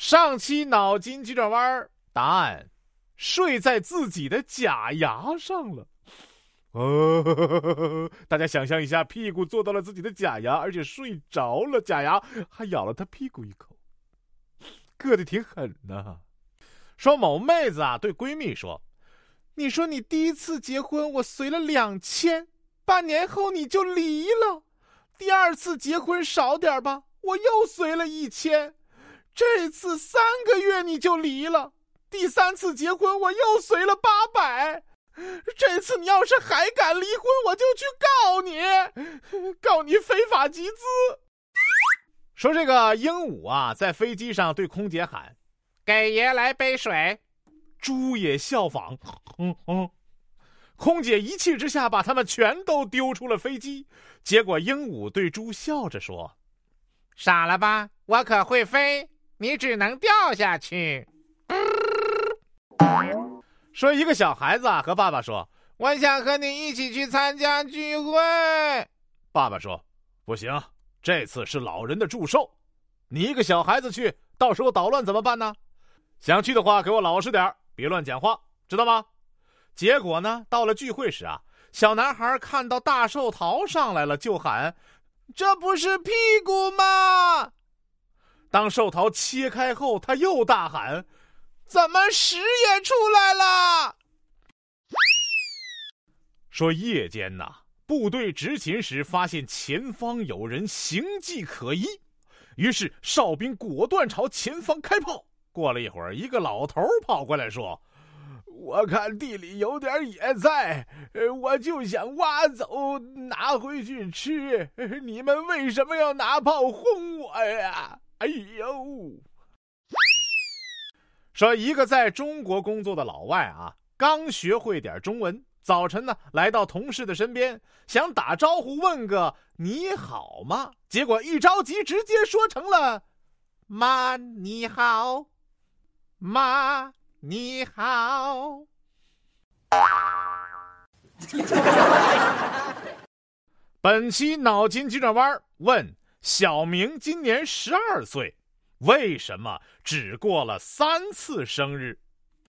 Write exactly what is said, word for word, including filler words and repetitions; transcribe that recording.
上期脑筋急转弯，答案睡在自己的假牙上了。哦，大家想象一下，屁股坐到了自己的假牙，而且睡着了，假牙还咬了他屁股一口，硌得挺狠呐。说某妹子啊对闺蜜说，你说你第一次结婚我随了两千，半年后你就离了，第二次结婚少点吧，我又随了一千，这次三个月你就离了，第三次结婚我又随了八百，这次你要是还敢离婚，我就去告你，告你非法集资。说这个鹦鹉啊，在飞机上对空姐喊，给爷来杯水。猪也效仿，嗯嗯。空姐一气之下把他们全都丢出了飞机。结果鹦鹉对猪笑着说，傻了吧，我可会飞，你只能掉下去。说一个小孩子啊和爸爸说，我想和你一起去参加聚会。爸爸说，不行，这次是老人的祝寿，你一个小孩子去，到时候捣乱怎么办呢？想去的话给我老实点，别乱讲话，知道吗？结果呢，到了聚会时啊，小男孩看到大寿桃上来了就喊，这不是屁股吗？当寿桃切开后，他又大喊，怎么屎也出来了？说夜间呐，部队执勤时发现前方有人形迹可疑，于是哨兵果断朝前方开炮。过了一会儿，一个老头跑过来说，我看地里有点野菜，我就想挖走拿回去吃，你们为什么要拿炮轰我呀？哎呦！说一个在中国工作的老外啊，刚学会点中文，早晨呢来到同事的身边，想打招呼问个你好吗，结果一着急直接说成了妈你好，妈你好。本期脑筋急转弯问，小明今年十二岁，为什么只过了三次生日？